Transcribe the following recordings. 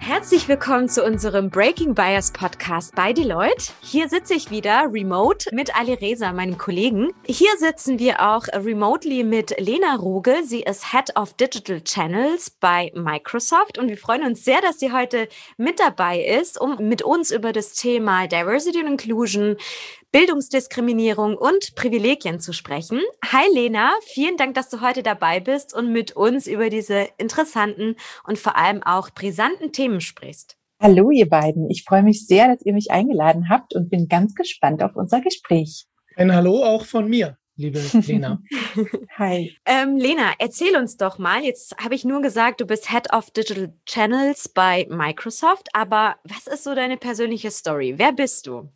Herzlich willkommen zu unserem Breaking Bias Podcast bei Deloitte. Hier sitze ich wieder remote mit Ali Reza, meinem Kollegen. Hier sitzen wir auch remotely mit Lena Ruge. Sie ist Head of Digital Channels bei Microsoft und wir freuen uns sehr, dass sie heute mit dabei ist, um mit uns über das Thema Diversity und Inclusion, Bildungsdiskriminierung und Privilegien zu sprechen. Hi Lena, vielen Dank, dass du heute dabei bist und mit uns über diese interessanten und vor allem auch brisanten Themen sprichst. Hallo ihr beiden, ich freue mich sehr, dass ihr mich eingeladen habt und bin ganz gespannt auf unser Gespräch. Ein Hallo auch von mir, liebe Lena. Hi. Lena, erzähl uns doch mal, jetzt habe ich nur gesagt, du bist Head of Digital Channels bei Microsoft, aber was ist so deine persönliche Story? Wer bist du?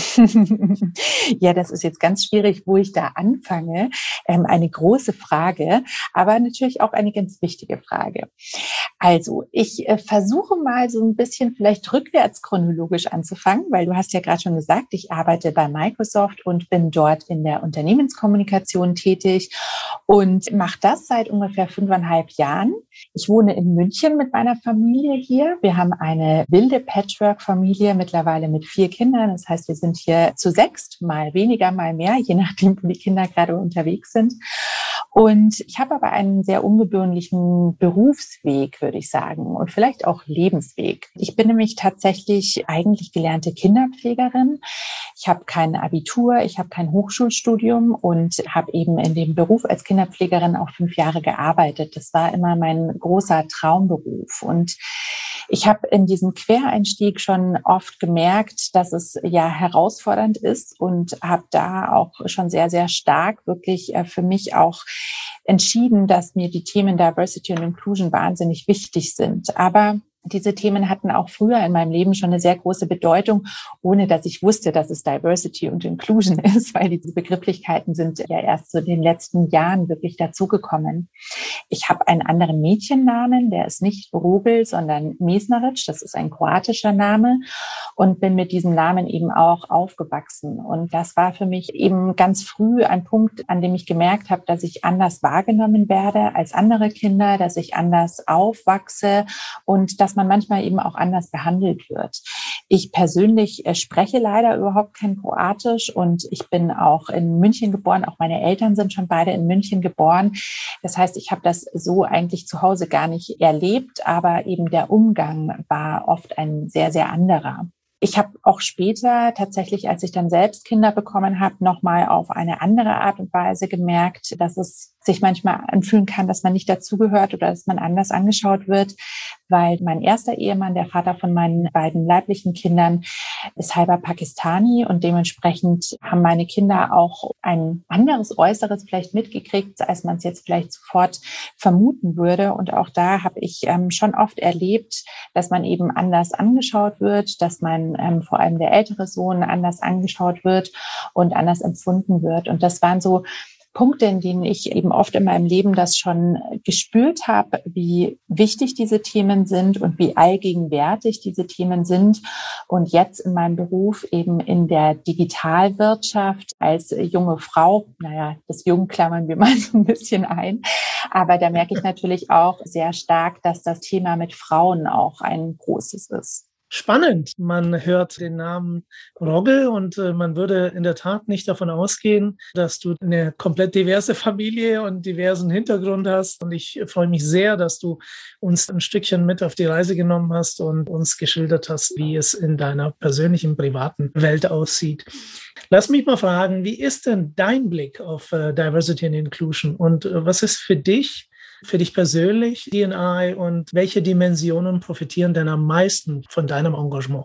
Ja, das ist jetzt ganz schwierig, wo ich da anfange. Eine große Frage, aber natürlich auch eine ganz wichtige Frage. Also, ich versuche mal so ein bisschen vielleicht rückwärts chronologisch anzufangen, weil du hast ja gerade schon gesagt, ich arbeite bei Microsoft und bin dort in der Unternehmenskommunikation tätig und mache das seit ungefähr 5,5 Jahren. Ich wohne in München mit meiner Familie hier. Wir haben eine wilde Patchwork-Familie, mittlerweile mit 4 Kindern. Das heißt, wir sind hier zu 6, mal weniger, mal mehr, je nachdem, wo die Kinder gerade unterwegs sind. Und ich habe aber einen sehr ungewöhnlichen Berufsweg, würde ich sagen, und vielleicht auch Lebensweg. Ich bin nämlich tatsächlich eigentlich gelernte Kinderpflegerin. Ich habe kein Abitur, ich habe kein Hochschulstudium und habe eben in dem Beruf als Kinderpflegerin auch 5 Jahre gearbeitet. Das war immer mein großer Traumberuf. Und ich habe in diesem Quereinstieg schon oft gemerkt, dass es ja herausfordernd ist und habe da auch schon sehr, sehr stark wirklich für mich auch entschieden, dass mir die Themen Diversity und Inclusion wahnsinnig wichtig sind. Aber diese Themen hatten auch früher in meinem Leben schon eine sehr große Bedeutung, ohne dass ich wusste, dass es Diversity und Inclusion ist, weil diese Begrifflichkeiten sind ja erst so in den letzten Jahren wirklich dazugekommen. Ich habe einen anderen Mädchennamen, der ist nicht Rogel, sondern Mesnaric, das ist ein kroatischer Name und bin mit diesem Namen eben auch aufgewachsen. Und das war für mich eben ganz früh ein Punkt, an dem ich gemerkt habe, dass ich anders wahrgenommen werde als andere Kinder, dass ich anders aufwachse und dass man manchmal eben auch anders behandelt wird. Ich persönlich spreche leider überhaupt kein Kroatisch und ich bin auch in München geboren. Auch meine Eltern sind schon beide in München geboren. Das heißt, ich habe das so eigentlich zu Hause gar nicht erlebt, aber eben der Umgang war oft ein sehr, sehr anderer. Ich habe auch später tatsächlich, als ich dann selbst Kinder bekommen habe, nochmal auf eine andere Art und Weise gemerkt, dass es sich manchmal anfühlen kann, dass man nicht dazugehört oder dass man anders angeschaut wird, weil mein erster Ehemann, der Vater von meinen beiden leiblichen Kindern, ist halber Pakistani und dementsprechend haben meine Kinder auch ein anderes Äußeres vielleicht mitgekriegt, als man es jetzt vielleicht sofort vermuten würde. Und auch da habe ich schon oft erlebt, dass man eben anders angeschaut wird, dass man vor allem der ältere Sohn anders angeschaut wird und anders empfunden wird. Und das waren so Punkte, in denen ich eben oft in meinem Leben das schon gespürt habe, wie wichtig diese Themen sind und wie allgegenwärtig diese Themen sind. Und jetzt in meinem Beruf eben in der Digitalwirtschaft als junge Frau, das Jung klammern wir mal so ein bisschen ein. Aber da merke ich natürlich auch sehr stark, dass das Thema mit Frauen auch ein großes ist. Spannend. Man hört den Namen Rogge und man würde in der Tat nicht davon ausgehen, dass du eine komplett diverse Familie und diversen Hintergrund hast. Und ich freue mich sehr, dass du uns ein Stückchen mit auf die Reise genommen hast und uns geschildert hast, wie es in deiner persönlichen, privaten Welt aussieht. Lass mich mal fragen, wie ist denn dein Blick auf Diversity and Inclusion und was ist für dich persönlich D&I und welche Dimensionen profitieren denn am meisten von deinem Engagement?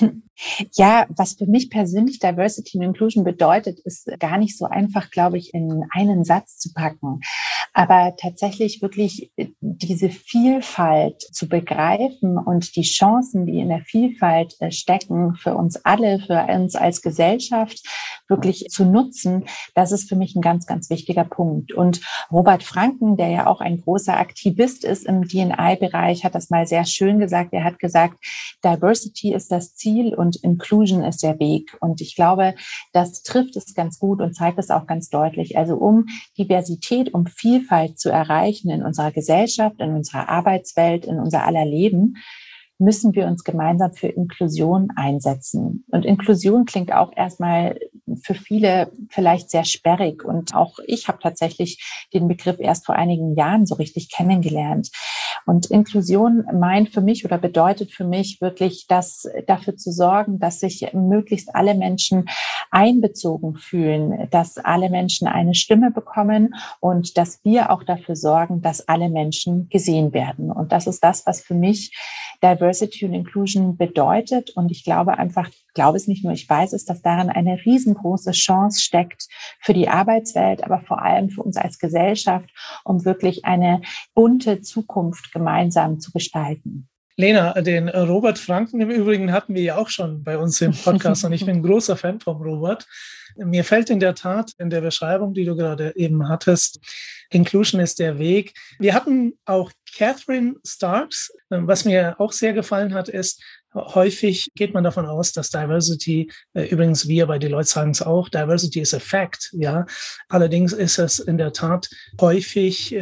Ja, was für mich persönlich Diversity and Inclusion bedeutet, ist gar nicht so einfach, glaube ich, in einen Satz zu packen. Aber tatsächlich wirklich diese Vielfalt zu begreifen und die Chancen, die in der Vielfalt stecken, für uns alle, für uns als Gesellschaft wirklich zu nutzen, das ist für mich ein ganz, ganz wichtiger Punkt. Und Robert Franken, der ja auch ein großer Aktivist ist im D&I-Bereich, hat das mal sehr schön gesagt. Er hat gesagt, Diversity ist das Ziel und Inclusion ist der Weg. Und ich glaube, das trifft es ganz gut und zeigt es auch ganz deutlich. Also um Diversität, um Vielfalt zu erreichen in unserer Gesellschaft, in unserer Arbeitswelt, in unser aller Leben, müssen wir uns gemeinsam für Inklusion einsetzen. Und Inklusion klingt auch erstmal für viele vielleicht sehr sperrig. Und auch ich habe tatsächlich den Begriff erst vor einigen Jahren so richtig kennengelernt. Und Inklusion meint für mich oder bedeutet für mich wirklich, dafür zu sorgen, dass sich möglichst alle Menschen einbezogen fühlen, dass alle Menschen eine Stimme bekommen und dass wir auch dafür sorgen, dass alle Menschen gesehen werden. Und das ist das, was für mich Diversity und Inclusion bedeutet. Und ich glaube es nicht nur, ich weiß es, dass darin eine riesengroße Chance steckt für die Arbeitswelt, aber vor allem für uns als Gesellschaft, um wirklich eine bunte Zukunft gemeinsam zu gestalten. Lena, den Robert Franken im Übrigen hatten wir ja auch schon bei uns im Podcast und ich bin ein großer Fan vom Robert. Mir fällt in der Tat in der Beschreibung, die du gerade eben hattest, Inclusion ist der Weg. Wir hatten auch Catherine Starks. Was mir auch sehr gefallen hat, ist, häufig geht man davon aus, dass Diversity, übrigens wir bei Deloitte sagen es auch, Diversity is a fact, ja. Allerdings ist es in der Tat häufig,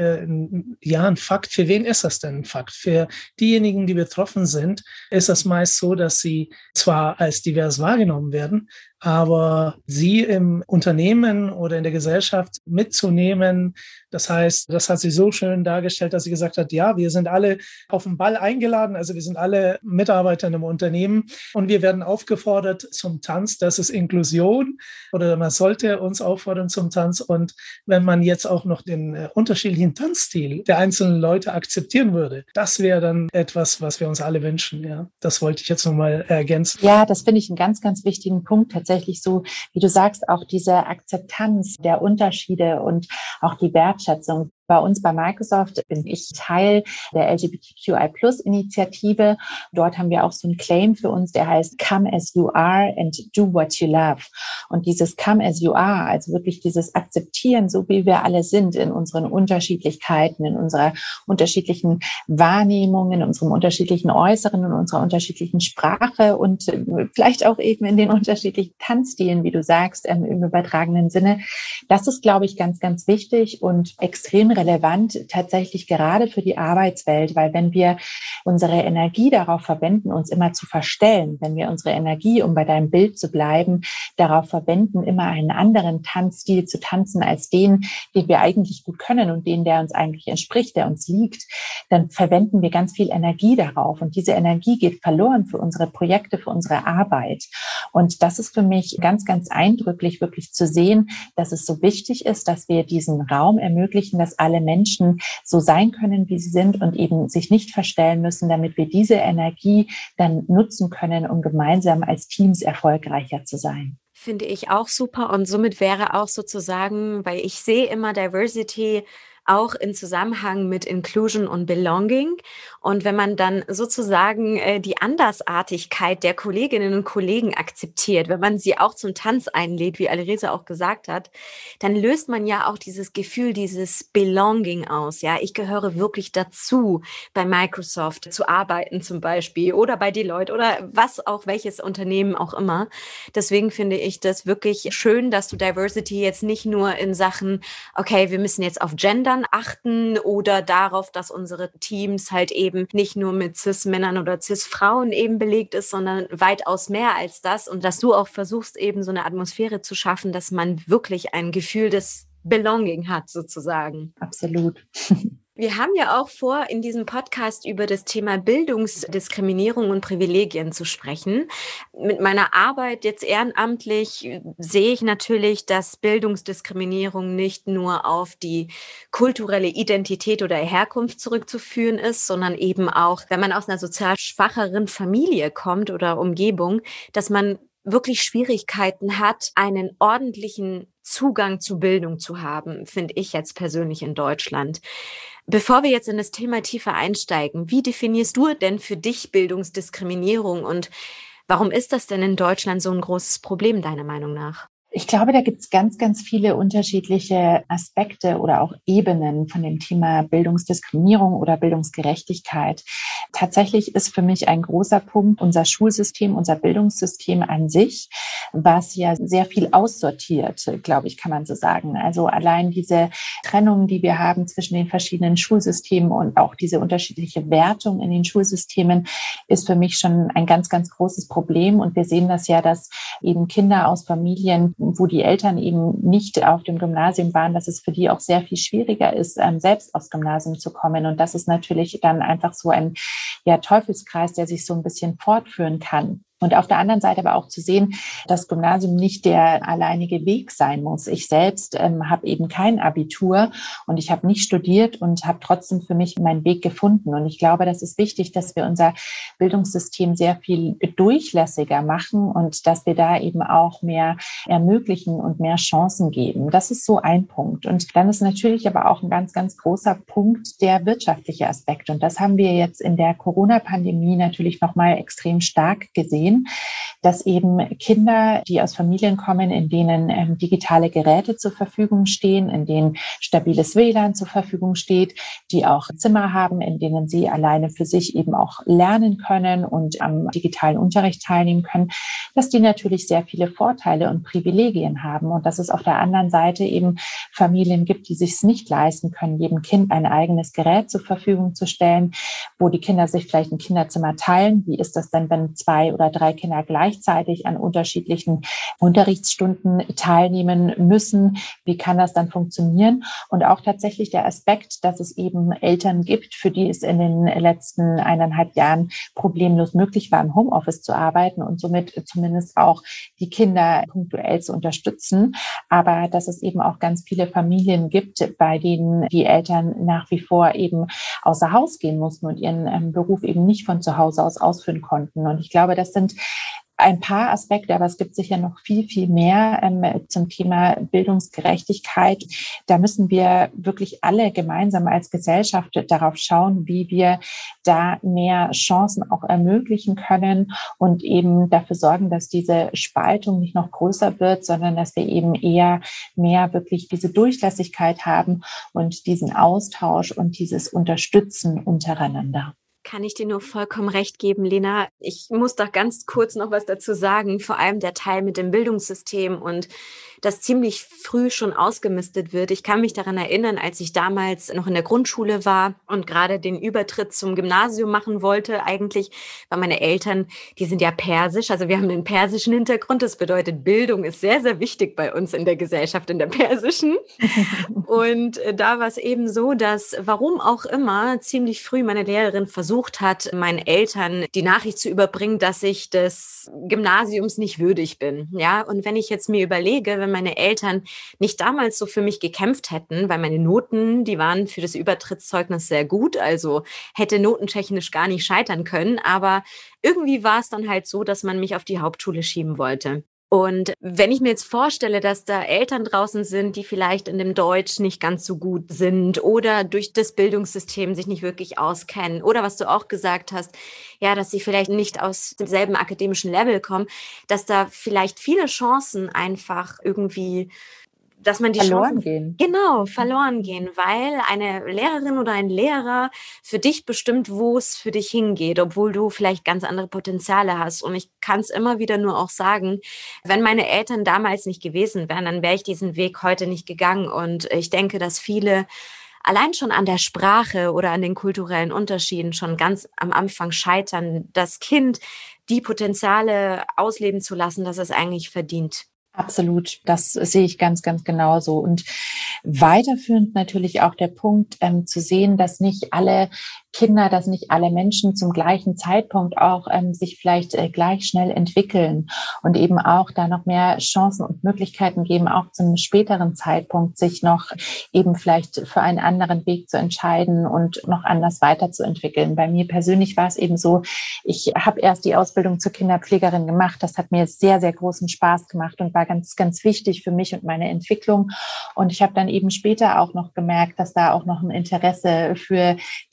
ein Fakt. Für wen ist das denn ein Fakt? Für diejenigen, die betroffen sind, ist es meist so, dass sie zwar als divers wahrgenommen werden, aber sie im Unternehmen oder in der Gesellschaft mitzunehmen. Das heißt, das hat sie so schön dargestellt, dass sie gesagt hat, ja, wir sind alle auf den Ball eingeladen, also wir sind alle Mitarbeiter in einem Unternehmen und wir werden aufgefordert zum Tanz. Das ist Inklusion oder man sollte uns auffordern zum Tanz. Und wenn man jetzt auch noch den unterschiedlichen Tanzstil der einzelnen Leute akzeptieren würde, das wäre dann etwas, was wir uns alle wünschen. Ja, das wollte ich jetzt nochmal ergänzen. Ja, das finde ich einen ganz, ganz wichtigen Punkt. Tatsächlich so, wie du sagst, auch diese Akzeptanz der Unterschiede und auch die Wertschätzung. Bei uns bei Microsoft bin ich Teil der LGBTQI+-Initiative. Dort haben wir auch so einen Claim für uns, der heißt Come as you are and do what you love. Und dieses Come as you are, also wirklich dieses Akzeptieren, so wie wir alle sind, in unseren Unterschiedlichkeiten, in unserer unterschiedlichen Wahrnehmung, in unserem unterschiedlichen Äußeren, in unserer unterschiedlichen Sprache und vielleicht auch eben in den unterschiedlichen Tanzstilen, wie du sagst, im übertragenen Sinne. Das ist, glaube ich, ganz, ganz wichtig und extrem relevant tatsächlich gerade für die Arbeitswelt, weil wenn wir unsere Energie darauf verwenden, uns immer zu verstellen, wenn wir unsere Energie, um bei deinem Bild zu bleiben, darauf verwenden, immer einen anderen Tanzstil zu tanzen als den wir eigentlich gut können und den, der uns eigentlich entspricht, der uns liegt, dann verwenden wir ganz viel Energie darauf und diese Energie geht verloren für unsere Projekte, für unsere Arbeit. Und das ist für mich ganz, ganz eindrücklich, wirklich zu sehen, dass es so wichtig ist, dass wir diesen Raum ermöglichen, dass alle Menschen so sein können, wie sie sind und eben sich nicht verstellen müssen, damit wir diese Energie dann nutzen können, um gemeinsam als Teams erfolgreicher zu sein. Finde ich auch super und somit wäre auch sozusagen, weil ich sehe immer Diversity auch in Zusammenhang mit Inclusion und Belonging. Und wenn man dann sozusagen die Andersartigkeit der Kolleginnen und Kollegen akzeptiert, wenn man sie auch zum Tanz einlädt, wie Alireza auch gesagt hat, dann löst man ja auch dieses Gefühl, dieses Belonging aus. Ja, ich gehöre wirklich dazu, bei Microsoft zu arbeiten zum Beispiel oder bei Deloitte oder was auch, welches Unternehmen auch immer. Deswegen finde ich das wirklich schön, dass du Diversity jetzt nicht nur in Sachen, okay, wir müssen jetzt auf Gendern achten oder darauf, dass unsere Teams halt eben nicht nur mit Cis-Männern oder Cis-Frauen eben belegt ist, sondern weitaus mehr als das und dass du auch versuchst, eben so eine Atmosphäre zu schaffen, dass man wirklich ein Gefühl des Belonging hat, sozusagen. Absolut. Wir haben ja auch vor, in diesem Podcast über das Thema Bildungsdiskriminierung und Privilegien zu sprechen. Mit meiner Arbeit jetzt ehrenamtlich sehe ich natürlich, dass Bildungsdiskriminierung nicht nur auf die kulturelle Identität oder Herkunft zurückzuführen ist, sondern eben auch, wenn man aus einer sozial schwacheren Familie kommt oder Umgebung, dass man wirklich Schwierigkeiten hat, einen ordentlichen Zugang zu Bildung zu haben, finde ich jetzt persönlich in Deutschland. Bevor wir jetzt in das Thema tiefer einsteigen, wie definierst du denn für dich Bildungsdiskriminierung und warum ist das denn in Deutschland so ein großes Problem, deiner Meinung nach? Ich glaube, da gibt es ganz, ganz viele unterschiedliche Aspekte oder auch Ebenen von dem Thema Bildungsdiskriminierung oder Bildungsgerechtigkeit. Tatsächlich ist für mich ein großer Punkt unser Schulsystem, unser Bildungssystem an sich, was ja sehr viel aussortiert, glaube ich, kann man so sagen. Also allein diese Trennung, die wir haben zwischen den verschiedenen Schulsystemen und auch diese unterschiedliche Wertung in den Schulsystemen ist für mich schon ein ganz, ganz großes Problem. Und wir sehen das ja, dass eben Kinder aus Familien, wo die Eltern eben nicht auf dem Gymnasium waren, dass es für die auch sehr viel schwieriger ist, selbst aufs Gymnasium zu kommen. Und das ist natürlich dann einfach so ein Teufelskreis, der sich so ein bisschen fortführen kann. Und auf der anderen Seite aber auch zu sehen, dass Gymnasium nicht der alleinige Weg sein muss. Ich selbst habe eben kein Abitur und ich habe nicht studiert und habe trotzdem für mich meinen Weg gefunden. Und ich glaube, das ist wichtig, dass wir unser Bildungssystem sehr viel durchlässiger machen und dass wir da eben auch mehr ermöglichen und mehr Chancen geben. Das ist so ein Punkt. Und dann ist natürlich aber auch ein ganz, ganz großer Punkt der wirtschaftliche Aspekt. Und das haben wir jetzt in der Corona-Pandemie natürlich nochmal extrem stark gesehen, dass eben Kinder, die aus Familien kommen, in denen digitale Geräte zur Verfügung stehen, in denen stabiles WLAN zur Verfügung steht, die auch Zimmer haben, in denen sie alleine für sich eben auch lernen können und am digitalen Unterricht teilnehmen können, dass die natürlich sehr viele Vorteile und Privilegien haben und dass es auf der anderen Seite eben Familien gibt, die sich es nicht leisten können, jedem Kind ein eigenes Gerät zur Verfügung zu stellen, wo die Kinder sich vielleicht ein Kinderzimmer teilen. Wie ist das denn, wenn 2 oder 3 Kinder gleichzeitig an unterschiedlichen Unterrichtsstunden teilnehmen müssen? Wie kann das dann funktionieren? Und auch tatsächlich der Aspekt, dass es eben Eltern gibt, für die es in den letzten 1,5 Jahren problemlos möglich war, im Homeoffice zu arbeiten und somit zumindest auch die Kinder punktuell zu unterstützen. Aber dass es eben auch ganz viele Familien gibt, bei denen die Eltern nach wie vor eben außer Haus gehen mussten und ihren Beruf eben nicht von zu Hause aus ausführen konnten. Und ich glaube, das sind ein paar Aspekte, aber es gibt sicher noch viel, viel mehr zum Thema Bildungsgerechtigkeit. Da müssen wir wirklich alle gemeinsam als Gesellschaft darauf schauen, wie wir da mehr Chancen auch ermöglichen können und eben dafür sorgen, dass diese Spaltung nicht noch größer wird, sondern dass wir eben eher mehr wirklich diese Durchlässigkeit haben und diesen Austausch und dieses Unterstützen untereinander. Kann ich dir nur vollkommen recht geben, Lena. Ich muss doch ganz kurz noch was dazu sagen, vor allem der Teil mit dem Bildungssystem und das ziemlich früh schon ausgemistet wird. Ich kann mich daran erinnern, als ich damals noch in der Grundschule war und gerade den Übertritt zum Gymnasium machen wollte, eigentlich, weil meine Eltern, die sind ja persisch, also wir haben einen persischen Hintergrund. Das bedeutet, Bildung ist sehr, sehr wichtig bei uns in der Gesellschaft, in der persischen. Und da war es eben so, dass, warum auch immer, ziemlich früh meine Lehrerin versucht hat, meinen Eltern die Nachricht zu überbringen, dass ich des Gymnasiums nicht würdig bin. Ja, und wenn ich jetzt mir überlege, wenn meine Eltern nicht damals so für mich gekämpft hätten, weil meine Noten, die waren für das Übertrittszeugnis sehr gut, also hätte notentechnisch gar nicht scheitern können, aber irgendwie war es dann halt so, dass man mich auf die Hauptschule schieben wollte. Und wenn ich mir jetzt vorstelle, dass da Eltern draußen sind, die vielleicht in dem Deutsch nicht ganz so gut sind oder durch das Bildungssystem sich nicht wirklich auskennen oder was du auch gesagt hast, ja, dass sie vielleicht nicht aus demselben akademischen Level kommen, dass da vielleicht viele Chancen einfach irgendwie, dass man die verloren gehen. Genau, verloren gehen, weil eine Lehrerin oder ein Lehrer für dich bestimmt, wo es für dich hingeht, obwohl du vielleicht ganz andere Potenziale hast. Und ich kann es immer wieder nur auch sagen, wenn meine Eltern damals nicht gewesen wären, dann wäre ich diesen Weg heute nicht gegangen. Und ich denke, dass viele allein schon an der Sprache oder an den kulturellen Unterschieden schon ganz am Anfang scheitern, das Kind die Potenziale ausleben zu lassen, das es eigentlich verdient. Absolut, das sehe ich ganz, ganz genauso. Und weiterführend natürlich auch der Punkt, zu sehen, dass nicht alle Kinder, dass nicht alle Menschen zum gleichen Zeitpunkt auch sich vielleicht gleich schnell entwickeln und eben auch da noch mehr Chancen und Möglichkeiten geben, auch zum späteren Zeitpunkt sich noch eben vielleicht für einen anderen Weg zu entscheiden und noch anders weiterzuentwickeln. Bei mir persönlich war es eben so, ich habe erst die Ausbildung zur Kinderpflegerin gemacht. Das hat mir sehr, sehr großen Spaß gemacht und war ganz, ganz wichtig für mich und meine Entwicklung. Und ich habe dann eben später auch noch gemerkt, dass da auch noch ein Interesse für den digitalen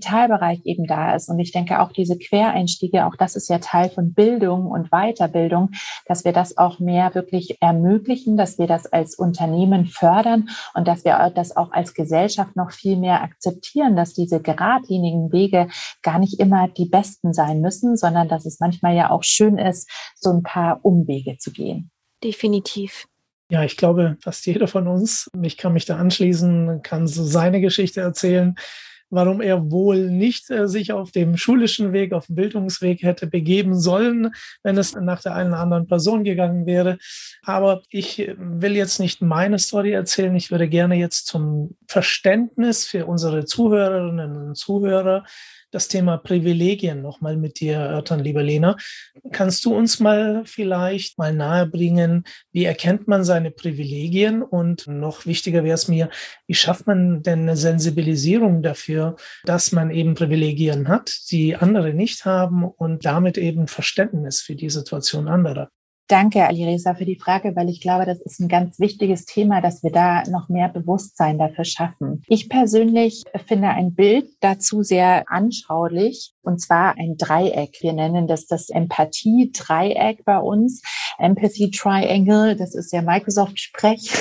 Digitalbereich eben da ist. Und ich denke auch diese Quereinstiege, auch das ist ja Teil von Bildung und Weiterbildung, dass wir das auch mehr wirklich ermöglichen, dass wir das als Unternehmen fördern und dass wir das auch als Gesellschaft noch viel mehr akzeptieren, dass diese geradlinigen Wege gar nicht immer die besten sein müssen, sondern dass es manchmal ja auch schön ist, so ein paar Umwege zu gehen. Definitiv. Ja, ich glaube, fast jeder von uns, ich kann mich da anschließen, kann so seine Geschichte erzählen, warum er wohl nicht sich auf dem schulischen Weg, auf dem Bildungsweg hätte begeben sollen, wenn es nach der einen oder anderen Person gegangen wäre. Aber ich will jetzt nicht meine Story erzählen. Ich würde gerne jetzt zum Verständnis für unsere Zuhörerinnen und Zuhörer das Thema Privilegien nochmal mit dir erörtern, liebe Lena. Kannst du uns mal vielleicht mal nahebringen, wie erkennt man seine Privilegien? Und noch wichtiger wäre es mir, wie schafft man denn eine Sensibilisierung dafür, dass man eben Privilegien hat, die andere nicht haben und damit eben Verständnis für die Situation anderer? Danke, Alireza, für die Frage, weil ich glaube, das ist ein ganz wichtiges Thema, dass wir da noch mehr Bewusstsein dafür schaffen. Ich persönlich finde ein Bild dazu sehr anschaulich, und zwar ein Dreieck. Wir nennen das Empathie-Dreieck bei uns. Empathy Triangle, das ist ja Microsoft-Sprech.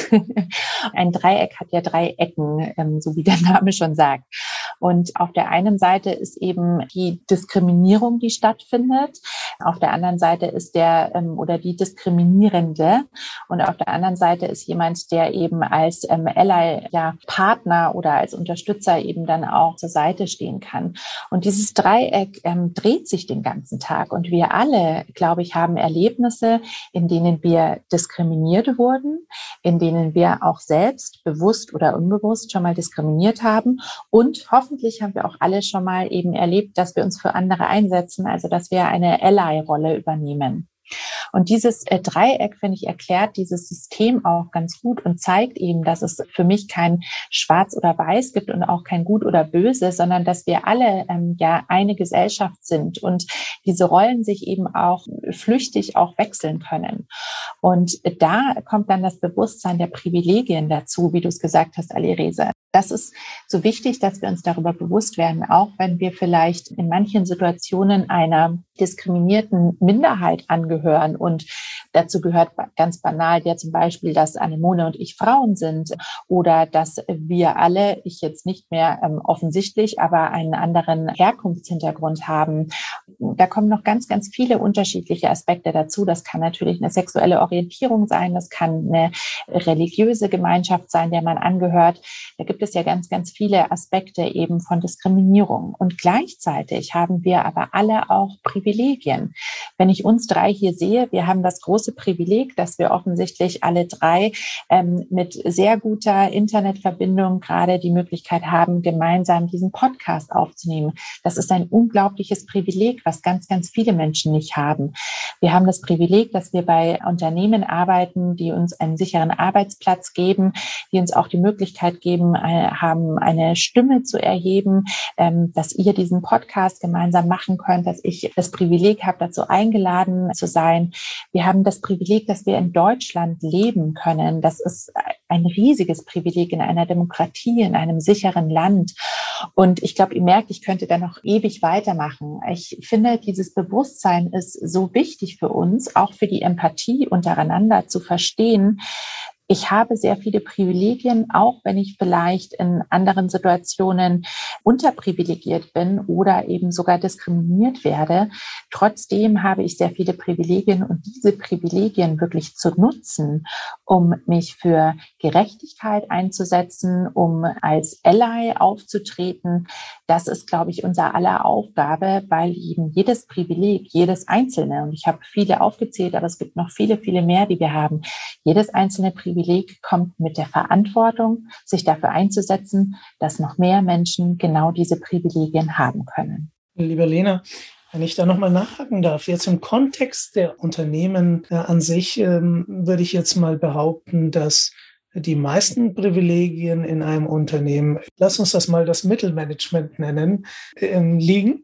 Ein Dreieck hat ja 3 Ecken, so wie der Name schon sagt. Und auf der einen Seite ist eben die Diskriminierung, die stattfindet. Auf der anderen Seite ist der oder die Diskriminierende. Und auf der anderen Seite ist jemand, der eben als Ally, ja, Partner oder als Unterstützer eben dann auch zur Seite stehen kann. Und dieses Dreieck dreht sich den ganzen Tag. Und wir alle, glaube ich, haben Erlebnisse, in denen wir diskriminiert wurden, in denen wir auch selbst bewusst oder unbewusst schon mal diskriminiert haben. Und hoffentlich haben wir auch alle schon mal eben erlebt, dass wir uns für andere einsetzen, also dass wir eine Ally-Rolle übernehmen. Und dieses Dreieck, finde ich, erklärt dieses System auch ganz gut und zeigt eben, dass es für mich kein Schwarz oder Weiß gibt und auch kein Gut oder Böse, sondern dass wir alle ja eine Gesellschaft sind und diese Rollen sich eben auch flüchtig auch wechseln können. Und da kommt dann das Bewusstsein der Privilegien dazu, wie du es gesagt hast, Alireza. Das ist so wichtig, dass wir uns darüber bewusst werden, auch wenn wir vielleicht in manchen Situationen einer diskriminierten Minderheit angehören. Und dazu gehört ganz banal ja zum Beispiel, dass Anemone und ich Frauen sind oder dass wir alle, ich jetzt nicht mehr offensichtlich, aber einen anderen Herkunftshintergrund haben. Da kommen noch ganz, ganz viele unterschiedliche Aspekte dazu. Das kann natürlich eine sexuelle Orientierung sein, das kann eine religiöse Gemeinschaft sein, der man angehört. Da gibt es ja ganz, ganz viele Aspekte eben von Diskriminierung. Und gleichzeitig haben wir aber alle auch Privilegien. Wenn ich uns 3 hier sehe, wir haben das große Privileg, dass wir offensichtlich alle 3 mit sehr guter Internetverbindung gerade die Möglichkeit haben, gemeinsam diesen Podcast aufzunehmen. Das ist ein unglaubliches Privileg, was ganz, ganz viele Menschen nicht haben. Wir haben das Privileg, dass wir bei Unternehmen arbeiten, die uns einen sicheren Arbeitsplatz geben, die uns auch die Möglichkeit geben, haben eine Stimme zu erheben, dass ihr diesen Podcast gemeinsam machen könnt, dass ich das Privileg habe, dazu eingeladen zu sein. Wir haben das Privileg, dass wir in Deutschland leben können. Das ist ein riesiges Privileg in einer Demokratie, in einem sicheren Land. Und ich glaube, ihr merkt, ich könnte da noch ewig weitermachen. Ich finde, dieses Bewusstsein ist so wichtig für uns, auch für die Empathie untereinander zu verstehen. Ich habe sehr viele Privilegien, auch wenn ich vielleicht in anderen Situationen unterprivilegiert bin oder eben sogar diskriminiert werde. Trotzdem habe ich sehr viele Privilegien und diese Privilegien wirklich zu nutzen, um mich für Gerechtigkeit einzusetzen, um als Ally aufzutreten. Das ist, glaube ich, unser aller Aufgabe, weil eben jedes Privileg, jedes einzelne, und ich habe viele aufgezählt, aber es gibt noch viele, viele mehr, die wir haben, jedes einzelne Privileg kommt mit der Verantwortung, sich dafür einzusetzen, dass noch mehr Menschen genau diese Privilegien haben können. Liebe Lena, wenn ich da nochmal nachhaken darf, jetzt im Kontext der Unternehmen an sich würde ich jetzt mal behaupten, dass die meisten Privilegien in einem Unternehmen, lass uns das mal das Mittelmanagement nennen, liegen.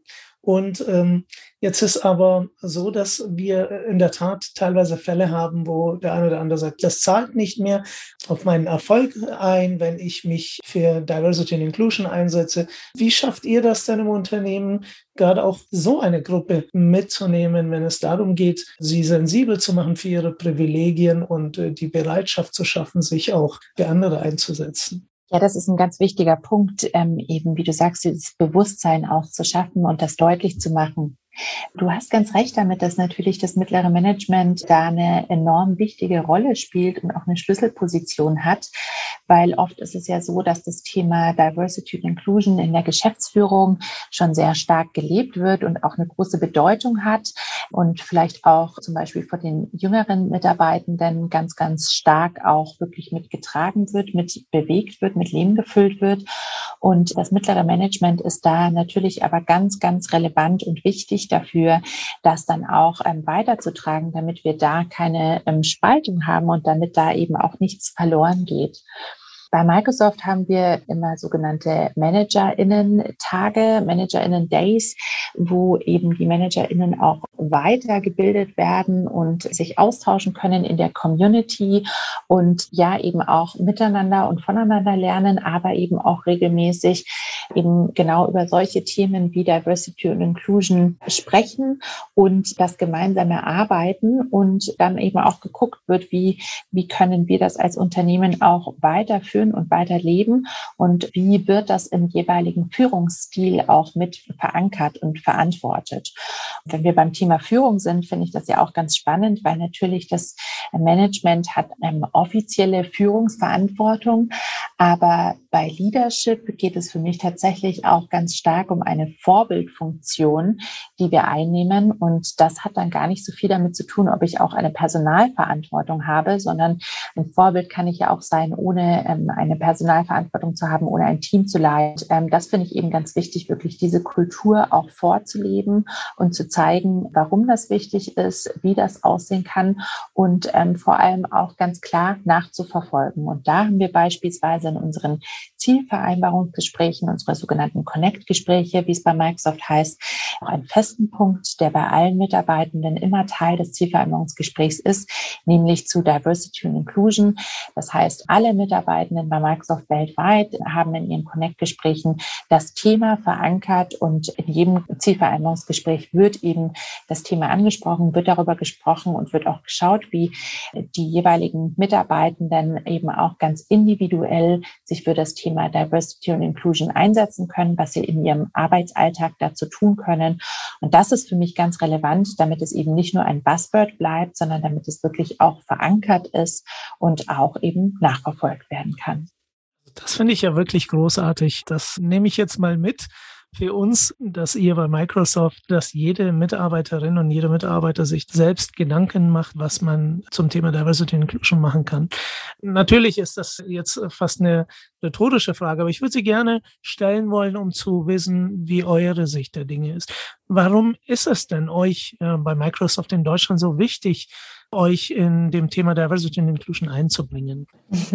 Und jetzt ist aber so, dass wir in der Tat teilweise Fälle haben, wo der eine oder andere sagt, das zahlt nicht mehr auf meinen Erfolg ein, wenn ich mich für Diversity and Inclusion einsetze. Wie schafft ihr das denn im Unternehmen, gerade auch so eine Gruppe mitzunehmen, wenn es darum geht, sie sensibel zu machen für ihre Privilegien und die Bereitschaft zu schaffen, sich auch für andere einzusetzen? Ja, das ist ein ganz wichtiger Punkt, eben, wie du sagst, dieses Bewusstsein auch zu schaffen und das deutlich zu machen. Du hast ganz recht damit, dass natürlich das mittlere Management da eine enorm wichtige Rolle spielt und auch eine Schlüsselposition hat, weil oft ist es ja so, dass das Thema Diversity und Inclusion in der Geschäftsführung schon sehr stark gelebt wird und auch eine große Bedeutung hat und vielleicht auch zum Beispiel von den jüngeren Mitarbeitenden ganz, ganz stark auch wirklich mitgetragen wird, mit bewegt wird, mit Leben gefüllt wird. Und das mittlere Management ist da natürlich aber ganz, ganz relevant und wichtig dafür, das dann auch weiterzutragen, damit wir da keine Spaltung haben und damit da eben auch nichts verloren geht. Bei Microsoft haben wir immer sogenannte ManagerInnen-Tage, ManagerInnen-Days, wo eben die ManagerInnen auch weitergebildet werden und sich austauschen können in der Community und ja eben auch miteinander und voneinander lernen, aber eben auch regelmäßig eben genau über solche Themen wie Diversity und Inclusion sprechen und das gemeinsam erarbeiten und dann eben auch geguckt wird, wie können wir das als Unternehmen auch weiterführen und weiterleben und wie wird das im jeweiligen Führungsstil auch mit verankert und verantwortet. Und wenn wir beim Thema Führung sind, finde ich das ja auch ganz spannend, weil natürlich das Management hat eine offizielle Führungsverantwortung, aber bei Leadership geht es für mich tatsächlich auch ganz stark um eine Vorbildfunktion, die wir einnehmen und das hat dann gar nicht so viel damit zu tun, ob ich auch eine Personalverantwortung habe, sondern ein Vorbild kann ich ja auch sein, ohne eine Personalverantwortung zu haben, ohne ein Team zu leiten. Das finde ich eben ganz wichtig, wirklich diese Kultur auch vorzuleben und zu zeigen, warum das wichtig ist, wie das aussehen kann und vor allem auch ganz klar nachzuverfolgen. Und da haben wir beispielsweise in unseren Zielvereinbarungsgesprächen, unsere sogenannten Connect-Gespräche, wie es bei Microsoft heißt, auch einen festen Punkt, der bei allen Mitarbeitenden immer Teil des Zielvereinbarungsgesprächs ist, nämlich zu Diversity und Inclusion. Das heißt, alle Mitarbeitenden bei Microsoft weltweit haben in ihren Connect-Gesprächen das Thema verankert und in jedem Zielvereinbarungsgespräch wird eben das Thema angesprochen, wird darüber gesprochen und wird auch geschaut, wie die jeweiligen Mitarbeitenden eben auch ganz individuell sich für das Thema Diversity und Inclusion einsetzen können, was sie in ihrem Arbeitsalltag dazu tun können. Und das ist für mich ganz relevant, damit es eben nicht nur ein Buzzword bleibt, sondern damit es wirklich auch verankert ist und auch eben nachverfolgt werden kann. Das finde ich ja wirklich großartig. Das nehme ich jetzt mal mit für uns, dass ihr bei Microsoft, dass jede Mitarbeiterin und jeder Mitarbeiter sich selbst Gedanken macht, was man zum Thema Diversity and Inclusion machen kann. Natürlich ist das jetzt fast eine rhetorische Frage, aber ich würde sie gerne stellen wollen, um zu wissen, wie eure Sicht der Dinge ist. Warum ist es denn euch bei Microsoft in Deutschland so wichtig, euch in dem Thema Diversity and Inclusion einzubringen?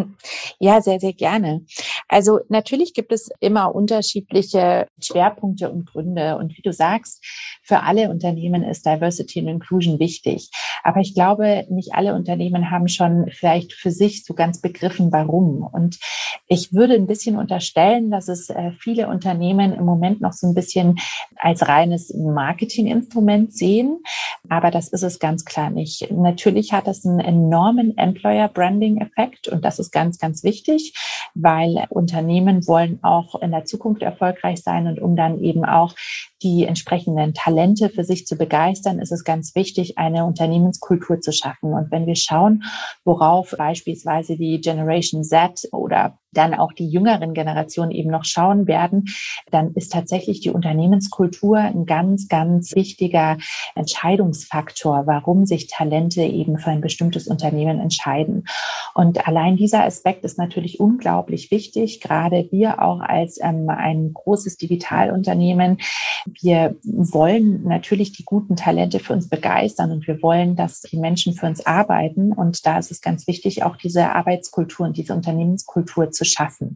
Ja, sehr, sehr gerne. Also natürlich gibt es immer unterschiedliche Schwerpunkte und Gründe. Und wie du sagst, für alle Unternehmen ist Diversity and Inclusion wichtig. Aber ich glaube, nicht alle Unternehmen haben schon vielleicht für sich so ganz begriffen, warum. Und ich würde ein bisschen unterstellen, dass es viele Unternehmen im Moment noch so ein bisschen als reines Marketinginstrument sehen. Aber das ist es ganz klar nicht. Natürlich hat das einen enormen Employer-Branding-Effekt und das ist ganz, ganz wichtig, weil Unternehmen wollen auch in der Zukunft erfolgreich sein und um dann eben auch die entsprechenden Talente für sich zu begeistern, ist es ganz wichtig, eine Unternehmenskultur zu schaffen. Und wenn wir schauen, worauf beispielsweise die Generation Z oder dann auch die jüngeren Generationen eben noch schauen werden, dann ist tatsächlich die Unternehmenskultur ein ganz, ganz wichtiger Entscheidungsfaktor, warum sich Talente eben für ein bestimmtes Unternehmen entscheiden. Und allein dieser Aspekt ist natürlich unglaublich wichtig, gerade wir auch als ein großes Digitalunternehmen. Wir wollen natürlich die guten Talente für uns begeistern und wir wollen, dass die Menschen für uns arbeiten. Und da ist es ganz wichtig, auch diese Arbeitskultur und diese Unternehmenskultur zu schaffen.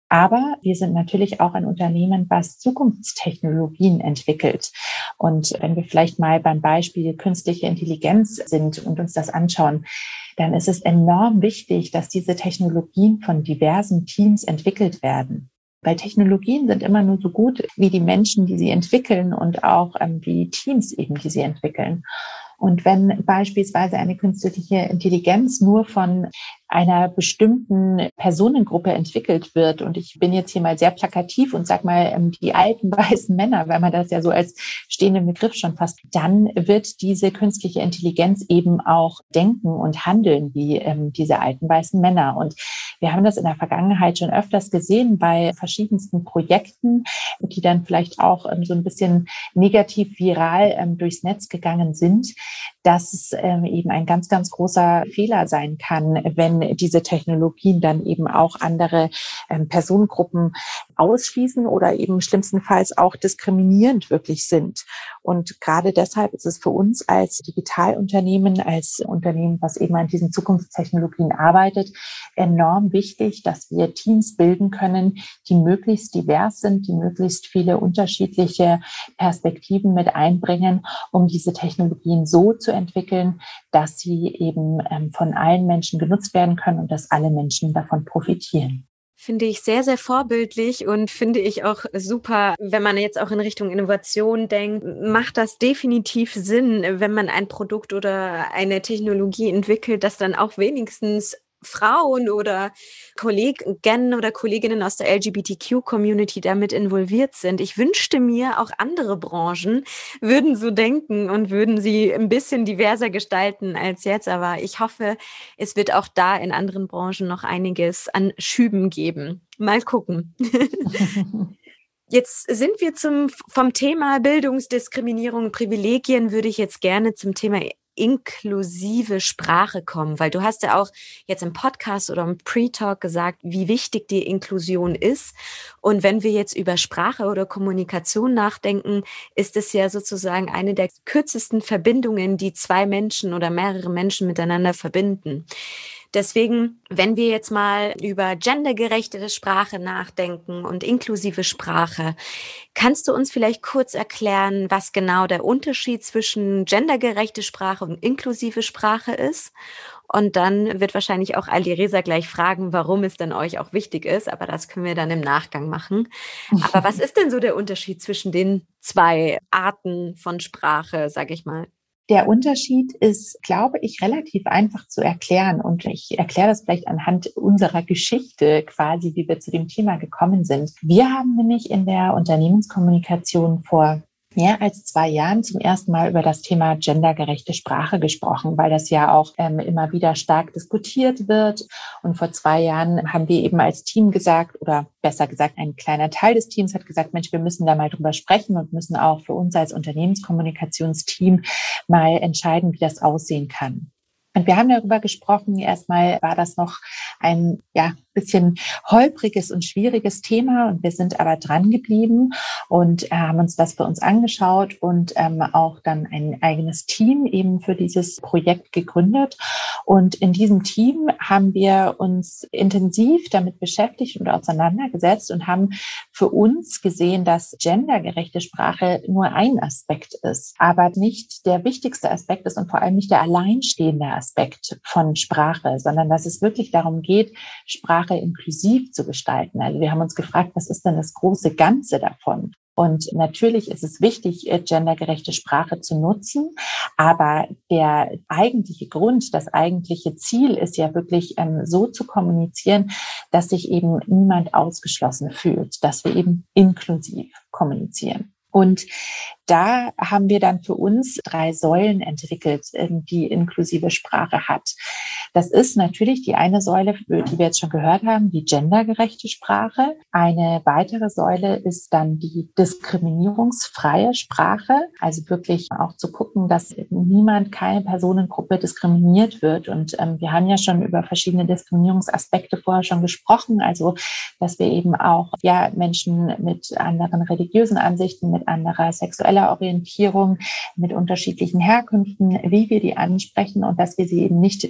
Aber wir sind natürlich auch ein Unternehmen, was Zukunftstechnologien entwickelt. Und wenn wir vielleicht mal beim Beispiel künstliche Intelligenz sind und uns das anschauen, dann ist es enorm wichtig, dass diese Technologien von diversen Teams entwickelt werden. Weil Technologien sind immer nur so gut wie die Menschen, die sie entwickeln und auch die Teams eben, die sie entwickeln. Und wenn beispielsweise eine künstliche Intelligenz nur von einer bestimmten Personengruppe entwickelt wird, und ich bin jetzt hier mal sehr plakativ und sag mal die alten weißen Männer, weil man das ja so als stehenden Begriff schon fasst, dann wird diese künstliche Intelligenz eben auch denken und handeln wie diese alten weißen Männer. Und wir haben das in der Vergangenheit schon öfters gesehen bei verschiedensten Projekten, die dann vielleicht auch so ein bisschen negativ viral durchs Netz gegangen sind, dass es eben ein ganz, ganz großer Fehler sein kann, wenn diese Technologien dann eben auch andere Personengruppen ausschließen oder eben schlimmstenfalls auch diskriminierend wirklich sind. Und gerade deshalb ist es für uns als Digitalunternehmen, als Unternehmen, was eben an diesen Zukunftstechnologien arbeitet, enorm wichtig, dass wir Teams bilden können, die möglichst divers sind, die möglichst viele unterschiedliche Perspektiven mit einbringen, um diese Technologien so zu entwickeln, dass sie eben von allen Menschen genutzt werden können und dass alle Menschen davon profitieren. Finde ich sehr, sehr vorbildlich und finde ich auch super, wenn man jetzt auch in Richtung Innovation denkt, macht das definitiv Sinn, wenn man ein Produkt oder eine Technologie entwickelt, das dann auch wenigstens Frauen oder Kollegen oder Kolleginnen aus der LGBTQ-Community damit involviert sind. Ich wünschte mir, auch andere Branchen würden so denken und würden sie ein bisschen diverser gestalten als jetzt. Aber ich hoffe, es wird auch da in anderen Branchen noch einiges an Schüben geben. Mal gucken. Jetzt sind wir vom Thema Bildungsdiskriminierung, Privilegien, würde ich jetzt gerne zum Thema inklusive Sprache kommen, weil du hast ja auch jetzt im Podcast oder im Pre-Talk gesagt, wie wichtig die Inklusion ist. Und wenn wir jetzt über Sprache oder Kommunikation nachdenken, ist es ja sozusagen eine der kürzesten Verbindungen, die zwei Menschen oder mehrere Menschen miteinander verbinden. Deswegen, wenn wir jetzt mal über gendergerechte Sprache nachdenken und inklusive Sprache, kannst du uns vielleicht kurz erklären, was genau der Unterschied zwischen gendergerechte Sprache und inklusive Sprache ist? Und dann wird wahrscheinlich auch Alireza gleich fragen, warum es denn euch auch wichtig ist, aber das können wir dann im Nachgang machen. Aber was ist denn so der Unterschied zwischen den zwei Arten von Sprache, sag ich mal? Der Unterschied ist, glaube ich, relativ einfach zu erklären. Und ich erkläre das vielleicht anhand unserer Geschichte quasi, wie wir zu dem Thema gekommen sind. Wir haben nämlich in der Unternehmenskommunikation vor mehr als 2 Jahren zum ersten Mal über das Thema gendergerechte Sprache gesprochen, weil das ja auch immer wieder stark diskutiert wird. Und vor 2 Jahren haben wir eben als Team gesagt, oder besser gesagt, ein kleiner Teil des Teams hat gesagt, Mensch, wir müssen da mal drüber sprechen und müssen auch für uns als Unternehmenskommunikationsteam mal entscheiden, wie das aussehen kann. Und wir haben darüber gesprochen. Erstmal war das noch ein bisschen holpriges und schwieriges Thema und wir sind aber dran geblieben und haben uns das für uns angeschaut und auch dann ein eigenes Team eben für dieses Projekt gegründet. Und in diesem Team haben wir uns intensiv damit beschäftigt und auseinandergesetzt und haben für uns gesehen, dass gendergerechte Sprache nur ein Aspekt ist, aber nicht der wichtigste Aspekt ist und vor allem nicht der alleinstehende Aspekt von Sprache, sondern dass es wirklich darum geht, Sprache inklusiv zu gestalten. Also wir haben uns gefragt, was ist denn das große Ganze davon? Und natürlich ist es wichtig, gendergerechte Sprache zu nutzen, aber der eigentliche Grund, das eigentliche Ziel ist ja wirklich so zu kommunizieren, dass sich eben niemand ausgeschlossen fühlt, dass wir eben inklusiv kommunizieren. Und da haben wir dann für uns 3 Säulen entwickelt, die inklusive Sprache hat. Das ist natürlich die eine Säule, die wir jetzt schon gehört haben, die gendergerechte Sprache. Eine weitere Säule ist dann die diskriminierungsfreie Sprache, also wirklich auch zu gucken, dass niemand, keine Personengruppe diskriminiert wird. Und wir haben ja schon über verschiedene Diskriminierungsaspekte vorher schon gesprochen, also dass wir eben auch Menschen mit anderen religiösen Ansichten, mit anderer sexueller Orientierung, mit unterschiedlichen Herkünften, wie wir die ansprechen und dass wir sie eben nicht diskriminieren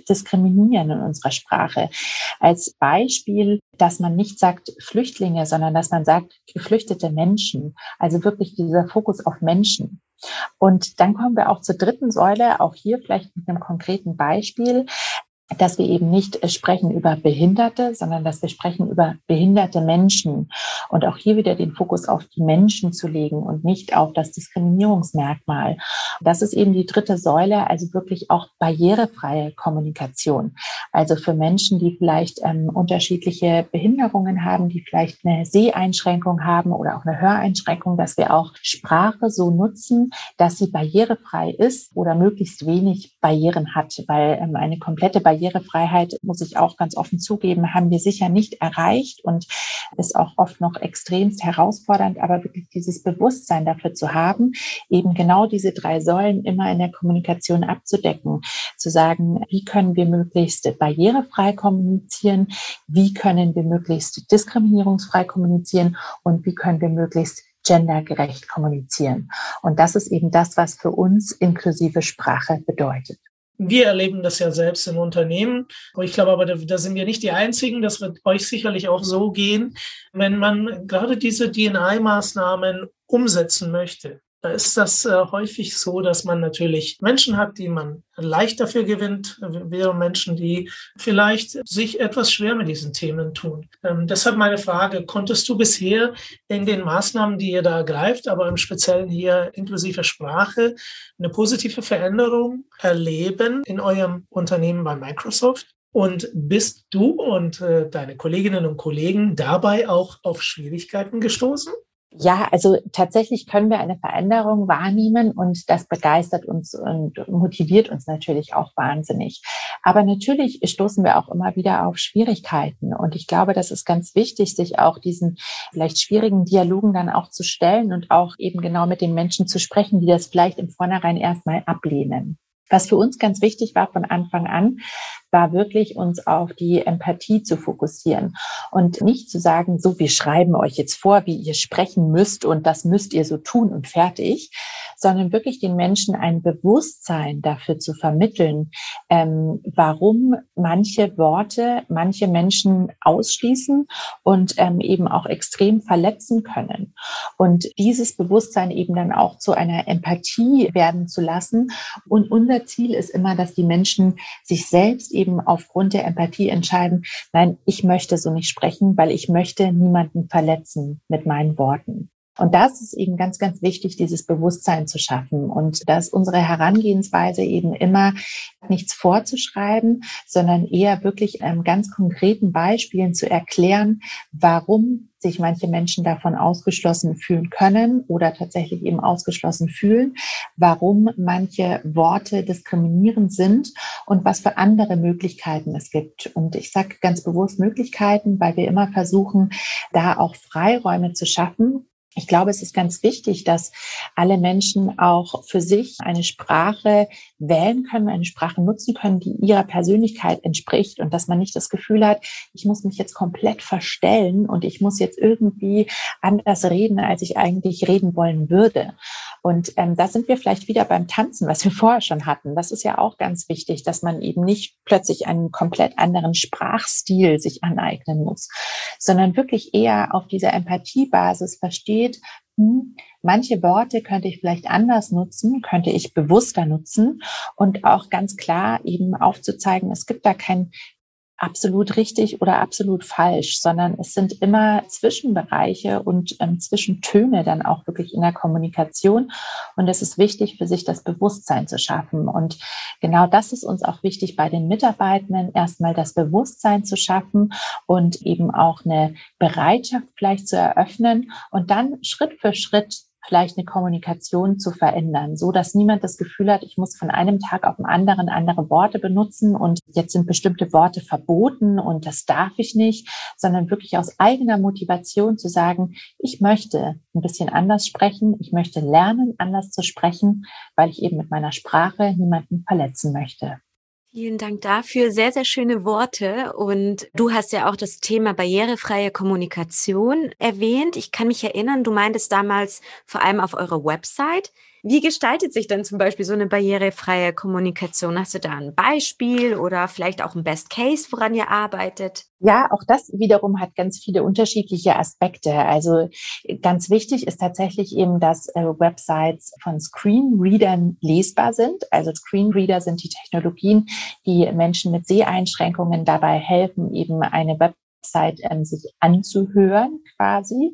diskriminieren in unserer Sprache. Als Beispiel, dass man nicht sagt Flüchtlinge, sondern dass man sagt geflüchtete Menschen. Also wirklich dieser Fokus auf Menschen. Und dann kommen wir auch zur dritten Säule, auch hier vielleicht mit einem konkreten Beispiel, dass wir eben nicht sprechen über Behinderte, sondern dass wir sprechen über behinderte Menschen und auch hier wieder den Fokus auf die Menschen zu legen und nicht auf das Diskriminierungsmerkmal. Das ist eben die dritte Säule, also wirklich auch barrierefreie Kommunikation. Also für Menschen, die vielleicht unterschiedliche Behinderungen haben, die vielleicht eine Seheinschränkung haben oder auch eine Höreinschränkung, dass wir auch Sprache so nutzen, dass sie barrierefrei ist oder möglichst wenig Barrieren hat, weil eine komplette Barrierefreiheit, muss ich auch ganz offen zugeben, haben wir sicher nicht erreicht und ist auch oft noch extremst herausfordernd, aber wirklich dieses Bewusstsein dafür zu haben, eben genau diese 3 Säulen immer in der Kommunikation abzudecken, zu sagen, wie können wir möglichst barrierefrei kommunizieren, wie können wir möglichst diskriminierungsfrei kommunizieren und wie können wir möglichst gendergerecht kommunizieren. Und das ist eben das, was für uns inklusive Sprache bedeutet. Wir erleben das ja selbst im Unternehmen. Ich glaube aber, da sind wir nicht die Einzigen. Das wird euch sicherlich auch so gehen. Wenn man gerade diese D&I-Maßnahmen umsetzen möchte, da ist das häufig so, dass man natürlich Menschen hat, die man leicht dafür gewinnt, während Menschen, die vielleicht sich etwas schwer mit diesen Themen tun. Deshalb meine Frage, konntest du bisher in den Maßnahmen, die ihr da ergreift, aber im Speziellen hier inklusive Sprache, eine positive Veränderung erleben in eurem Unternehmen bei Microsoft? Und bist du und deine Kolleginnen und Kollegen dabei auch auf Schwierigkeiten gestoßen? Ja, also tatsächlich können wir eine Veränderung wahrnehmen und das begeistert uns und motiviert uns natürlich auch wahnsinnig. Aber natürlich stoßen wir auch immer wieder auf Schwierigkeiten und ich glaube, das ist ganz wichtig, sich auch diesen vielleicht schwierigen Dialogen dann auch zu stellen und auch eben genau mit den Menschen zu sprechen, die das vielleicht im Vornherein erstmal ablehnen. Was für uns ganz wichtig war von Anfang an, war wirklich uns auf die Empathie zu fokussieren und nicht zu sagen, so, wir schreiben euch jetzt vor, wie ihr sprechen müsst und das müsst ihr so tun und fertig, sondern wirklich den Menschen ein Bewusstsein dafür zu vermitteln, warum manche Worte manche Menschen ausschließen und eben auch extrem verletzen können. Und dieses Bewusstsein eben dann auch zu einer Empathie werden zu lassen. Und unser Ziel ist immer, dass die Menschen sich selbst eben aufgrund der Empathie entscheiden, nein, ich möchte so nicht sprechen, weil ich möchte niemanden verletzen mit meinen Worten. Und das ist eben ganz, ganz wichtig, dieses Bewusstsein zu schaffen. Und da ist unsere Herangehensweise eben immer, nichts vorzuschreiben, sondern eher wirklich ganz konkreten Beispielen zu erklären, warum sich manche Menschen davon ausgeschlossen fühlen können oder tatsächlich eben ausgeschlossen fühlen, warum manche Worte diskriminierend sind und was für andere Möglichkeiten es gibt. Und ich sage ganz bewusst Möglichkeiten, weil wir immer versuchen, da auch Freiräume zu schaffen. Ich glaube, es ist ganz wichtig, dass alle Menschen auch für sich eine Sprache wählen können, eine Sprache nutzen können, die ihrer Persönlichkeit entspricht und dass man nicht das Gefühl hat, ich muss mich jetzt komplett verstellen und ich muss jetzt irgendwie anders reden, als ich eigentlich reden wollen würde. Und da sind wir vielleicht wieder beim Tanzen, was wir vorher schon hatten. Das ist ja auch ganz wichtig, dass man eben nicht plötzlich einen komplett anderen Sprachstil sich aneignen muss, sondern wirklich eher auf dieser Empathiebasis versteht, manche Worte könnte ich vielleicht anders nutzen, könnte ich bewusster nutzen und auch ganz klar eben aufzuzeigen, es gibt da kein absolut richtig oder absolut falsch, sondern es sind immer Zwischenbereiche und Zwischentöne dann auch wirklich in der Kommunikation. Und es ist wichtig, für sich das Bewusstsein zu schaffen. Und genau das ist uns auch wichtig bei den Mitarbeitenden, erstmal das Bewusstsein zu schaffen und eben auch eine Bereitschaft vielleicht zu eröffnen und dann Schritt für Schritt vielleicht eine Kommunikation zu verändern, so dass niemand das Gefühl hat, ich muss von einem Tag auf den anderen andere Worte benutzen und jetzt sind bestimmte Worte verboten und das darf ich nicht, sondern wirklich aus eigener Motivation zu sagen, ich möchte ein bisschen anders sprechen, ich möchte lernen, anders zu sprechen, weil ich eben mit meiner Sprache niemanden verletzen möchte. Vielen Dank dafür. Sehr, sehr schöne Worte. Und du hast ja auch das Thema barrierefreie Kommunikation erwähnt. Ich kann mich erinnern, du meintest damals vor allem auf eurer Website, Wie gestaltet sich denn zum Beispiel so eine barrierefreie Kommunikation? Hast du da ein Beispiel oder vielleicht auch ein Best Case, woran ihr arbeitet? Ja, auch das wiederum hat ganz viele unterschiedliche Aspekte. Also ganz wichtig ist tatsächlich eben, dass Websites von Screenreadern lesbar sind. Also Screenreader sind die Technologien, die Menschen mit Seheinschränkungen dabei helfen, eben eine Website sich anzuhören quasi,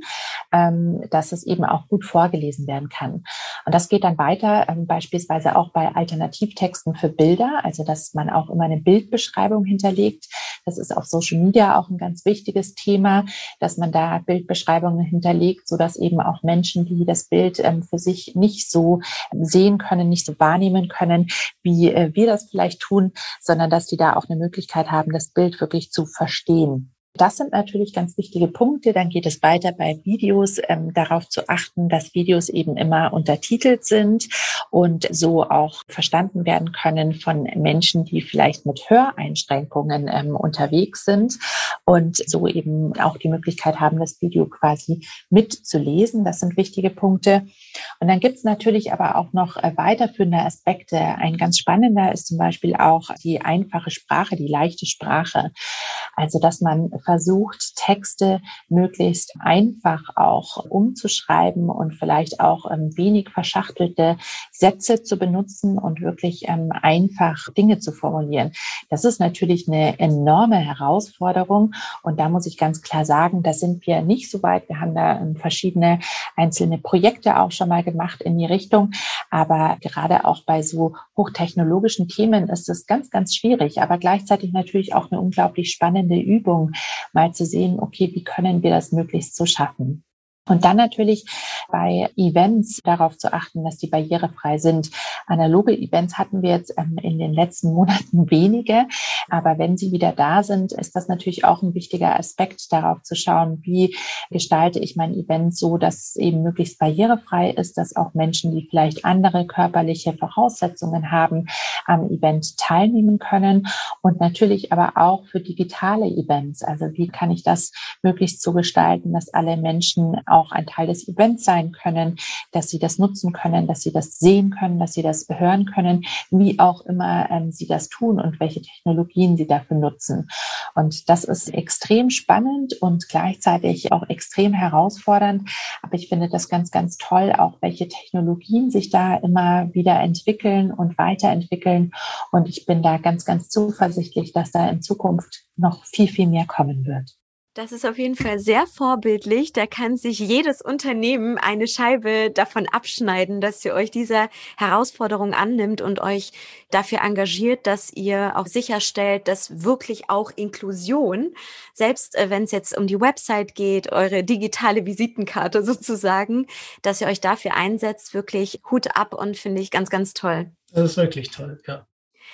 dass es eben auch gut vorgelesen werden kann. Und das geht dann weiter, beispielsweise auch bei Alternativtexten für Bilder, also dass man auch immer eine Bildbeschreibung hinterlegt. Das ist auf Social Media auch ein ganz wichtiges Thema, dass man da Bildbeschreibungen hinterlegt, sodass eben auch Menschen, die das Bild für sich nicht so sehen können, nicht so wahrnehmen können, wie wir das vielleicht tun, sondern dass die da auch eine Möglichkeit haben, das Bild wirklich zu verstehen. Das sind natürlich ganz wichtige Punkte. Dann geht es weiter bei Videos, darauf zu achten, dass Videos eben immer untertitelt sind und so auch verstanden werden können von Menschen, die vielleicht mit Höreinschränkungen unterwegs sind und so eben auch die Möglichkeit haben, das Video quasi mitzulesen. Das sind wichtige Punkte. Und dann gibt es natürlich aber auch noch weiterführende Aspekte. Ein ganz spannender ist zum Beispiel auch die einfache Sprache, die leichte Sprache. Also, dass man versucht, Texte möglichst einfach auch umzuschreiben und vielleicht auch wenig verschachtelte Sätze zu benutzen und wirklich einfach Dinge zu formulieren. Das ist natürlich eine enorme Herausforderung und da muss ich ganz klar sagen, da sind wir nicht so weit. Wir haben da verschiedene einzelne Projekte auch schon mal gemacht in die Richtung, aber gerade auch bei so hochtechnologischen Themen ist es ganz, ganz schwierig, aber gleichzeitig natürlich auch eine unglaublich spannende Übung, mal zu sehen, okay, wie können wir das möglichst so schaffen? Und dann natürlich bei Events darauf zu achten, dass die barrierefrei sind. Analoge Events hatten wir jetzt in den letzten Monaten wenige, aber wenn sie wieder da sind, ist das natürlich auch ein wichtiger Aspekt, darauf zu schauen, wie gestalte ich mein Event so, dass es eben möglichst barrierefrei ist, dass auch Menschen, die vielleicht andere körperliche Voraussetzungen haben, am Event teilnehmen können und natürlich aber auch für digitale Events. Also wie kann ich das möglichst so gestalten, dass alle Menschen auch ein Teil des Events sein können, dass sie das nutzen können, dass sie das sehen können, dass sie das hören können, wie auch immer sie das tun und welche Technologien sie dafür nutzen. Und das ist extrem spannend und gleichzeitig auch extrem herausfordernd. Aber ich finde das ganz, ganz toll, auch welche Technologien sich da immer wieder entwickeln und weiterentwickeln. Und ich bin da ganz, ganz zuversichtlich, dass da in Zukunft noch viel, viel mehr kommen wird. Das ist auf jeden Fall sehr vorbildlich. Da kann sich jedes Unternehmen eine Scheibe davon abschneiden, dass ihr euch dieser Herausforderung annimmt und euch dafür engagiert, dass ihr auch sicherstellt, dass wirklich auch Inklusion, selbst wenn es jetzt um die Website geht, eure digitale Visitenkarte sozusagen, dass ihr euch dafür einsetzt, wirklich Hut ab und finde ich ganz, ganz toll. Das ist wirklich toll, ja.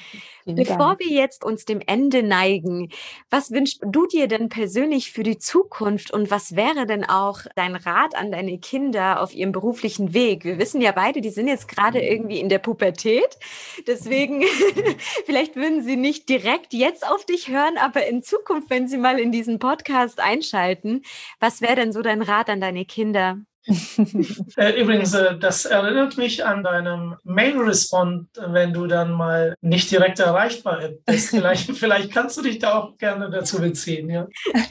Bevor wir jetzt uns dem Ende neigen, was wünschst du dir denn persönlich für die Zukunft und was wäre denn auch dein Rat an deine Kinder auf ihrem beruflichen Weg? Wir wissen ja beide, die sind jetzt gerade irgendwie in der Pubertät, deswegen vielleicht würden sie nicht direkt jetzt auf dich hören, aber in Zukunft, wenn sie mal in diesen Podcast einschalten, was wäre denn so dein Rat an deine Kinder? Übrigens, das erinnert mich an deinem Mail-Respond, wenn du dann mal nicht direkt erreichbar bist. Vielleicht kannst du dich da auch gerne dazu beziehen. Ja,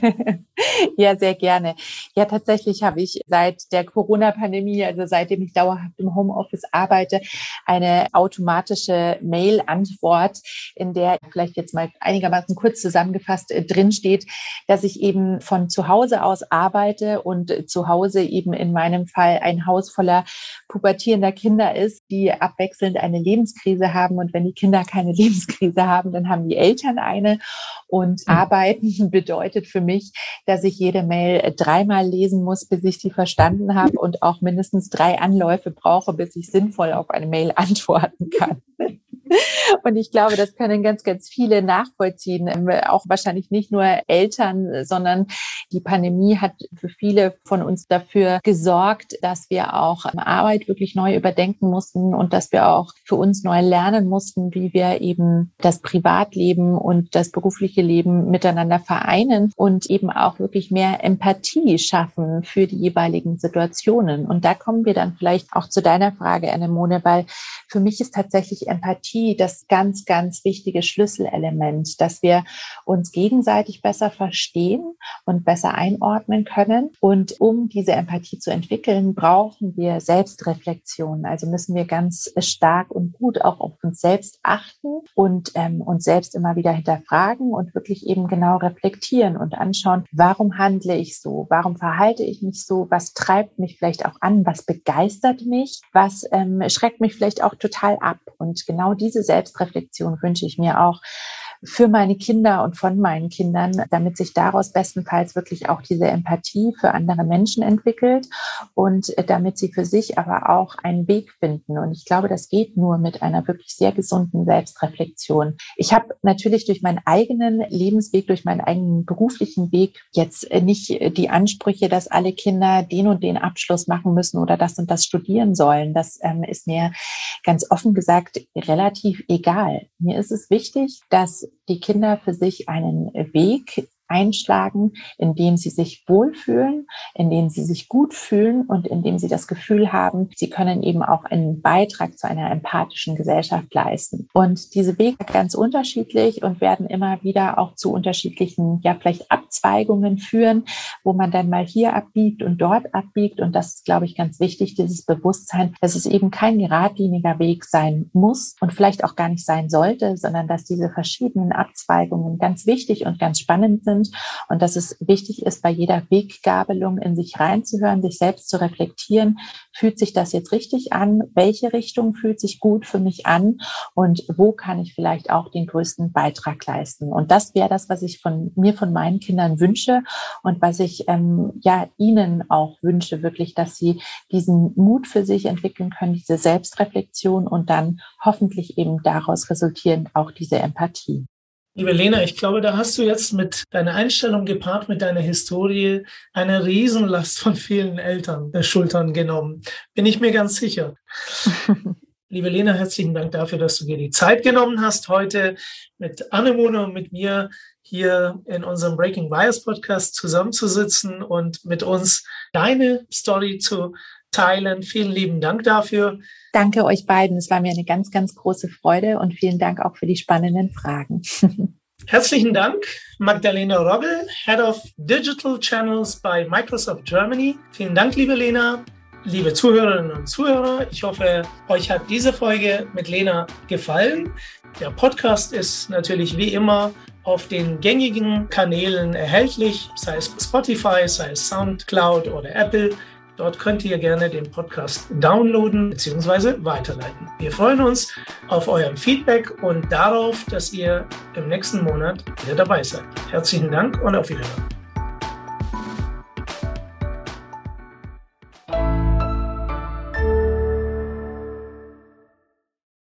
ja, sehr gerne. Ja, tatsächlich habe ich seit der Corona-Pandemie, also seitdem ich dauerhaft im Homeoffice arbeite, eine automatische Mail-Antwort, in der vielleicht jetzt mal einigermaßen kurz zusammengefasst drinsteht, dass ich eben von zu Hause aus arbeite und zu Hause eben in meinem Fall ein Haus voller pubertierender Kinder ist, die abwechselnd eine Lebenskrise haben. Und wenn die Kinder keine Lebenskrise haben, dann haben die Eltern eine. Und Arbeiten bedeutet für mich, dass ich jede Mail 3-mal lesen muss, bis ich sie verstanden habe und auch mindestens 3 Anläufe brauche, bis ich sinnvoll auf eine Mail antworten kann. Und ich glaube, das können ganz, ganz viele nachvollziehen, auch wahrscheinlich nicht nur Eltern, sondern die Pandemie hat für viele von uns dafür gesorgt, dass wir auch Arbeit wirklich neu überdenken mussten und dass wir auch für uns neu lernen mussten, wie wir eben das Privatleben und das berufliche Leben miteinander vereinen und eben auch wirklich mehr Empathie schaffen für die jeweiligen Situationen. Und da kommen wir dann vielleicht auch zu deiner Frage, Anemone, weil für mich ist tatsächlich Empathie das ganz, ganz wichtige Schlüsselelement, dass wir uns gegenseitig besser verstehen und besser einordnen können. Und um diese Empathie zu entwickeln, brauchen wir Selbstreflexion. Also müssen wir ganz stark und gut auch auf uns selbst achten und uns selbst immer wieder hinterfragen und wirklich eben genau reflektieren und anschauen, warum handle ich so? Warum verhalte ich mich so? Was treibt mich vielleicht auch an? Was begeistert mich? Was schreckt mich vielleicht auch total ab? Und genau diese Selbstreflexion wünsche ich mir auch für meine Kinder und von meinen Kindern, damit sich daraus bestenfalls wirklich auch diese Empathie für andere Menschen entwickelt und damit sie für sich aber auch einen Weg finden. Und ich glaube, das geht nur mit einer wirklich sehr gesunden Selbstreflexion. Ich habe natürlich durch meinen eigenen Lebensweg, durch meinen eigenen beruflichen Weg jetzt nicht die Ansprüche, dass alle Kinder den und den Abschluss machen müssen oder das und das studieren sollen. Das ist mir ganz offen gesagt relativ egal. Mir ist es wichtig, dass die Kinder für sich einen Weg einschlagen, in dem sie sich wohlfühlen, in dem sie sich gut fühlen und in dem sie das Gefühl haben, sie können eben auch einen Beitrag zu einer empathischen Gesellschaft leisten. Und diese Wege sind ganz unterschiedlich und werden immer wieder auch zu unterschiedlichen, ja vielleicht Abzweigungen führen, wo man dann mal hier abbiegt und dort abbiegt. Und das ist, glaube ich, ganz wichtig, dieses Bewusstsein, dass es eben kein geradliniger Weg sein muss und vielleicht auch gar nicht sein sollte, sondern dass diese verschiedenen Abzweigungen ganz wichtig und ganz spannend sind. Und dass es wichtig ist, bei jeder Weggabelung in sich reinzuhören, sich selbst zu reflektieren. Fühlt sich das jetzt richtig an? Welche Richtung fühlt sich gut für mich an? Und wo kann ich vielleicht auch den größten Beitrag leisten? Und das wäre das, was ich von meinen Kindern wünsche und was ich ihnen auch wünsche, wirklich, dass sie diesen Mut für sich entwickeln können, diese Selbstreflexion und dann hoffentlich eben daraus resultierend auch diese Empathie. Liebe Lena, ich glaube, da hast du jetzt mit deiner Einstellung gepaart mit deiner Historie eine Riesenlast von vielen Eltern der Schultern genommen. Bin ich mir ganz sicher. Liebe Lena, herzlichen Dank dafür, dass du dir die Zeit genommen hast, heute mit Anemone und mit mir hier in unserem Breaking Bias Podcast zusammenzusitzen und mit uns deine Story zu teilen. Vielen lieben Dank dafür. Danke euch beiden. Es war mir eine ganz, ganz große Freude und vielen Dank auch für die spannenden Fragen. Herzlichen Dank, Magdalena Rogge, Head of Digital Channels bei Microsoft Germany. Vielen Dank, liebe Lena. Liebe Zuhörerinnen und Zuhörer, ich hoffe, euch hat diese Folge mit Lena gefallen. Der Podcast ist natürlich wie immer auf den gängigen Kanälen erhältlich, sei es Spotify, sei es Soundcloud oder Apple. Dort könnt ihr gerne den Podcast downloaden bzw. weiterleiten. Wir freuen uns auf euer Feedback und darauf, dass ihr im nächsten Monat wieder dabei seid. Herzlichen Dank und auf Wiedersehen.